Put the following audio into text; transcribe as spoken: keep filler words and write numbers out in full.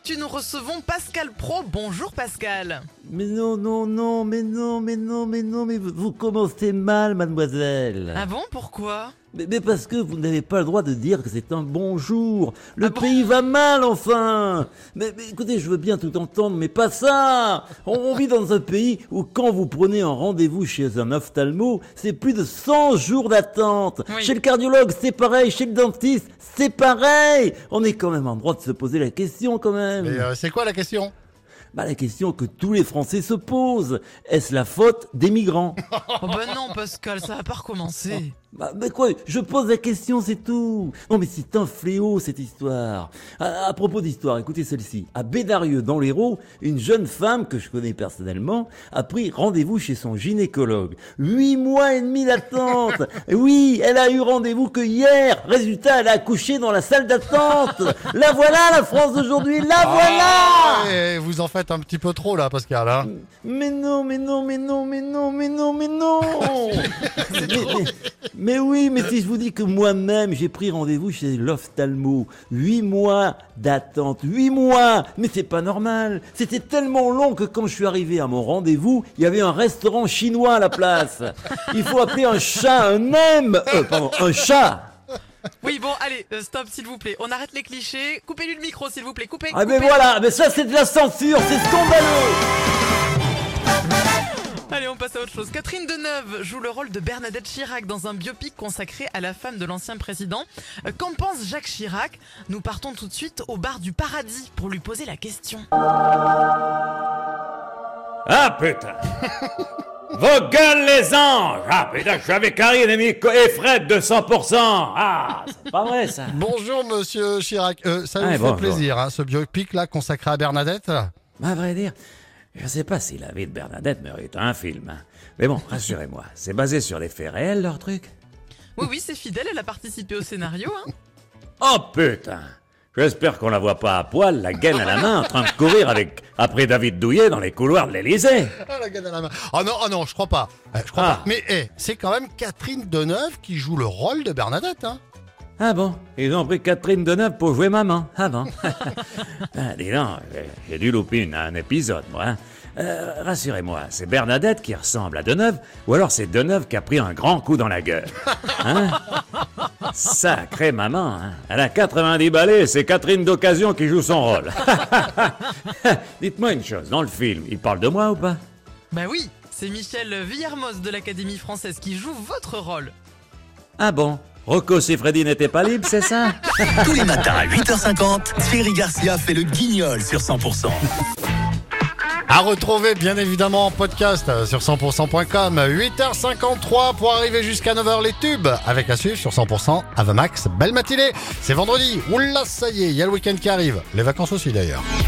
actu, nous recevons Pascal Praud. Bonjour Pascal. Mais non, non, non, mais non, mais non, mais non, mais vous, vous commencez mal, mademoiselle. Ah bon, pourquoi ? mais, mais parce que vous n'avez pas le droit de dire que c'est un bonjour. Le Ah bon pays va mal, enfin. Mais, mais écoutez, je veux bien tout entendre, mais pas ça. On, on vit dans un pays où quand vous prenez un rendez-vous chez un ophtalmo, c'est plus de cent jours d'attente. Oui. Chez le cardiologue, c'est pareil. Chez le dentiste, c'est pareil. On est quand même en droit de se poser la question, quand même. Mais euh, c'est quoi la question ? Bah, la question que tous les Français se posent, est-ce la faute des migrants? Oh bah non Pascal, ça va pas recommencer. Bah, mais quoi, je pose la question, c'est tout. Non mais c'est un fléau cette histoire. À, à propos d'histoire, écoutez celle-ci. À Bédarieux dans l'Hérault, une jeune femme que je connais personnellement a pris rendez-vous chez son gynécologue. Huit mois et demi d'attente. Oui, elle a eu rendez-vous que hier. Résultat, elle a accouché dans la salle d'attente. La voilà la France d'aujourd'hui, la voilà. Et vous en faites un petit peu trop là, Pascal. Hein Mais non, mais non, mais non, mais non, mais non, mais non. mais, mais, mais oui, mais si je vous dis que moi-même j'ai pris rendez-vous chez l'ophtalmo, huit mois d'attente, huit mois, mais c'est pas normal. C'était tellement long que quand je suis arrivé à mon rendez-vous, il y avait un restaurant chinois à la place. Il faut appeler un chat un M, euh, pardon, un chat. Oui bon, allez, euh, stop s'il vous plaît. On arrête les clichés. Coupez-lui le micro s'il vous plaît. Coupez. Ah mais coupez. voilà, mais ça c'est de la censure, c'est scandaleux. Allez, on passe à autre chose. Catherine Deneuve joue le rôle de Bernadette Chirac dans un biopic consacré à la femme de l'ancien président. Euh, Qu'en pense Jacques Chirac ? Nous partons tout de suite au bar du Paradis pour lui poser la question. Ah putain. Vos gueules les anges. Ah putain, je suis avec Karine et, Miko et Fred de cent pour cent. Ah, c'est pas vrai ça. Bonjour Monsieur Chirac. Euh, ça vous Ah, fait bonjour. plaisir, hein, ce biopic là consacré à Bernadette ? À vrai dire, je sais pas si la vie de Bernadette mérite un film. hein. Mais bon, rassurez-moi, c'est basé sur les faits réels, leur truc. Oui, oui, c'est fidèle, elle a participé au scénario. Hein. Oh putain. J'espère qu'on la voit pas à poil, la gaine à la main, en train de courir avec après David Douillet dans les couloirs de l'Élysée. Ah la gaine à la main. Oh non, oh non, je crois pas. Euh, je crois Ah. pas. Mais eh, c'est quand même Catherine Deneuve qui joue le rôle de Bernadette. Hein. Ah bon, ils ont pris Catherine Deneuve pour jouer maman. Ah bon. ah, dis donc, j'ai- j'ai dû louper une- un épisode, moi. hein. Euh, rassurez-moi, c'est Bernadette qui ressemble à Deneuve, ou alors c'est Deneuve qui a pris un grand coup dans la gueule. Hein? Sacrée maman, hein. Elle a quatre-vingt-dix balais, c'est Catherine d'occasion qui joue son rôle. Dites-moi une chose, dans le film, il parle de moi ou pas? Bah oui, c'est Michel Villermoz de l'Académie française qui joue votre rôle. Ah bon? Rocco Siffredi n'était pas libre, c'est ça? Tous les matins à huit heures cinquante, Thierry Garcia fait le guignol sur cent pour cent. À retrouver bien évidemment en podcast euh, sur cent pour cent point com. huit heures cinquante-trois pour arriver jusqu'à neuf heures les tubes. Avec à suivre sur cent pour cent Avamax. Belle matinée. C'est vendredi. Oula, ça y est, il y a le week-end qui arrive. Les vacances aussi d'ailleurs.